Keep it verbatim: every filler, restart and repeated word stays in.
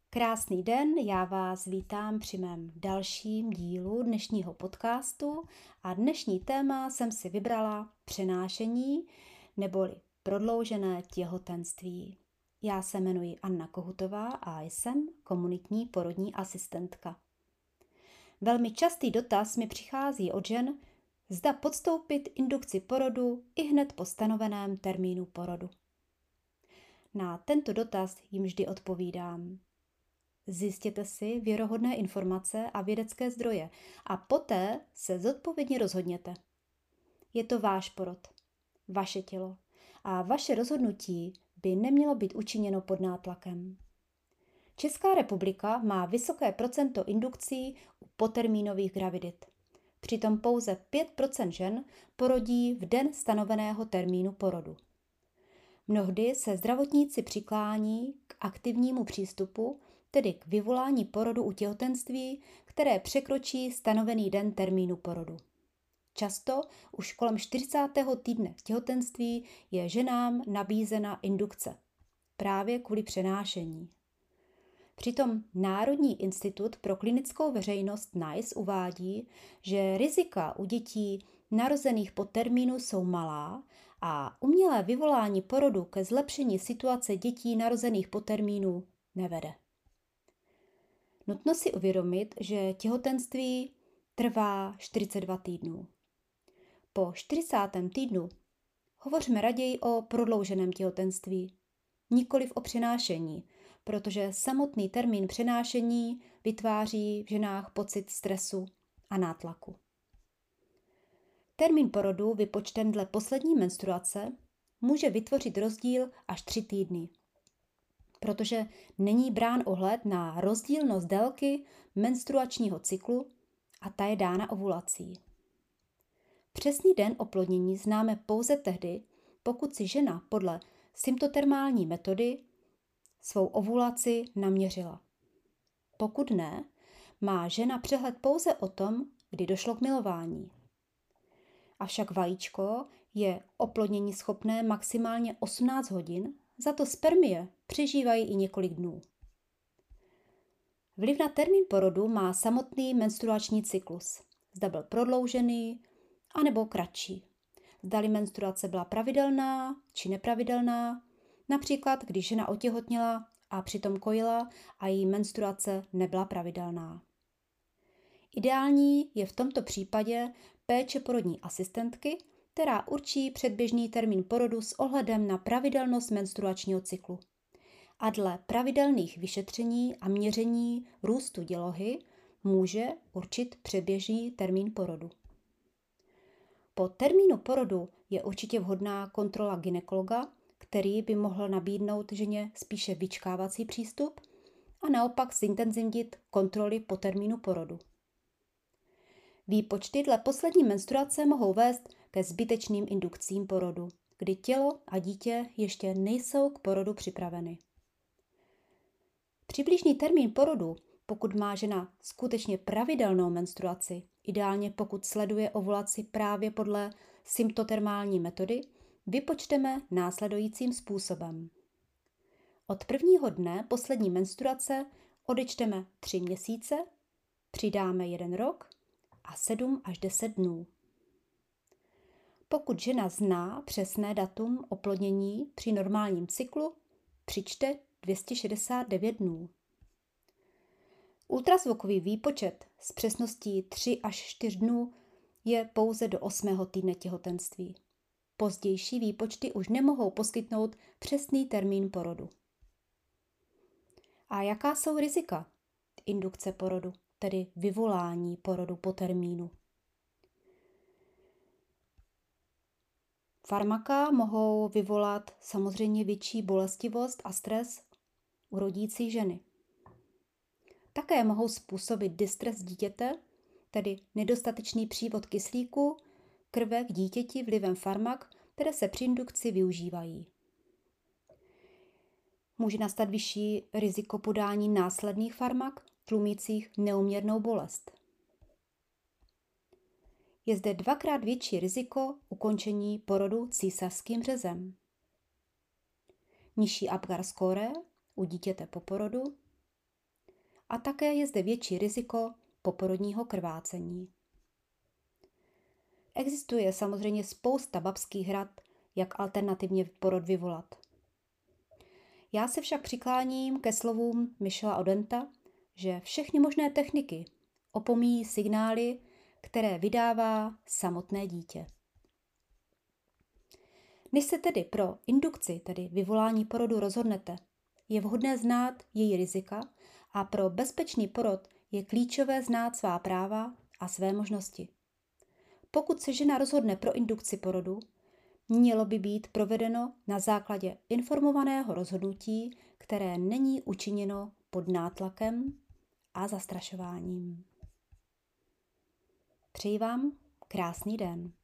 Krásný den, já vás vítám při mém dalším dílu dnešního podcastu a dnešní téma jsem si vybrala přenášení neboli prodloužené těhotenství. Já se jmenuji Anna Kohutová a jsem komunitní porodní asistentka. Velmi častý dotaz mi přichází od žen, zda podstoupit indukci porodu i hned po stanoveném termínu porodu. Na tento dotaz jim vždy odpovídám. Zjistěte si věrohodné informace a vědecké zdroje a poté se zodpovědně rozhodněte. Je to váš porod, vaše tělo a vaše rozhodnutí by nemělo být učiněno pod nátlakem. Česká republika má vysoké procento indukcí u potermínových gravidit. Přitom pouze pět procent žen porodí v den stanoveného termínu porodu. Mnohdy se zdravotníci přiklání k aktivnímu přístupu, tedy k vyvolání porodu u těhotenství, které překročí stanovený den termínu porodu. Často už kolem čtyřicátého týdne těhotenství je ženám nabízena indukce, právě kvůli přenášení. Přitom Národní institut pro klinickou veřejnost N I C E uvádí, že rizika u dětí narozených po termínu jsou malá a umělé vyvolání porodu ke zlepšení situace dětí narozených po termínu nevede. Nutno si uvědomit, že těhotenství trvá čtyřicet dva týdnů. Po čtyřicátém týdnu hovořme raději o prodlouženém těhotenství, nikoliv o přenášení, protože samotný termín přenášení vytváří v ženách pocit stresu a nátlaku. Termín porodu vypočten dle poslední menstruace může vytvořit rozdíl až tři týdny, protože není brán ohled na rozdílnost délky menstruačního cyklu a ta je dána ovulací. Přesný den oplodnění známe pouze tehdy, pokud si žena podle symptotermální metody svou ovulaci naměřila. Pokud ne, má žena přehled pouze o tom, kdy došlo k milování. Avšak vajíčko je oplodnění schopné maximálně osmnáct hodin, za to spermie přežívají i několik dnů. Vliv na termín porodu má samotný menstruační cyklus. Zda byl prodloužený, anebo kratší. Zdali menstruace byla pravidelná či nepravidelná, například když žena otěhotněla a přitom kojila a její menstruace nebyla pravidelná. Ideální je v tomto případě péče porodní asistentky, která určí předběžný termín porodu s ohledem na pravidelnost menstruačního cyklu. A dle pravidelných vyšetření a měření růstu dělohy může určit předběžný termín porodu. Po termínu porodu je určitě vhodná kontrola gynekologa, který by mohl nabídnout ženě spíše vyčkávací přístup a naopak zintenzivnit kontroly po termínu porodu. Výpočty dle poslední menstruace mohou vést ke zbytečným indukcím porodu, kdy tělo a dítě ještě nejsou k porodu připraveny. Přibližný termín porodu, pokud má žena skutečně pravidelnou menstruaci, ideálně pokud sleduje ovulaci právě podle symptotermální metody, vypočteme následujícím způsobem. Od prvního dne poslední menstruace odečteme tři měsíce, přidáme jeden rok a sedm až deset dnů. Pokud žena zná přesné datum oplodnění při normálním cyklu, přičte dvě stě šedesát devět dnů. Ultrazvukový výpočet s přesností tři až čtyři dnů je pouze do osmého týdne těhotenství. Pozdější výpočty už nemohou poskytnout přesný termín porodu. A jaká jsou rizika indukce porodu, tedy vyvolání porodu po termínu? Farmaka mohou vyvolat samozřejmě větší bolestivost a stres u rodící ženy. Také mohou způsobit distres dítěte, tedy nedostatečný přívod kyslíku krve k dítěti vlivem farmak, které se při indukci využívají. Může nastat vyšší riziko podání následných farmak, tlumících neúměrnou bolest. Je zde dvakrát větší riziko ukončení porodu císařským řezem. Nižší Apgar score u dítěte po porodu a také je zde větší riziko poporodního krvácení. Existuje samozřejmě spousta babských rad, jak alternativně porod vyvolat. Já se však přikláním ke slovům Michela Odenta, že všechny možné techniky opomíjí signály, které vydává samotné dítě. Než se tedy pro indukci, tedy vyvolání porodu, rozhodnete, je vhodné znát její rizika a pro bezpečný porod je klíčové znát svá práva a své možnosti. Pokud se žena rozhodne pro indukci porodu, mělo by být provedeno na základě informovaného rozhodnutí, které není učiněno pod nátlakem a zastrašováním. Přeji vám krásný den.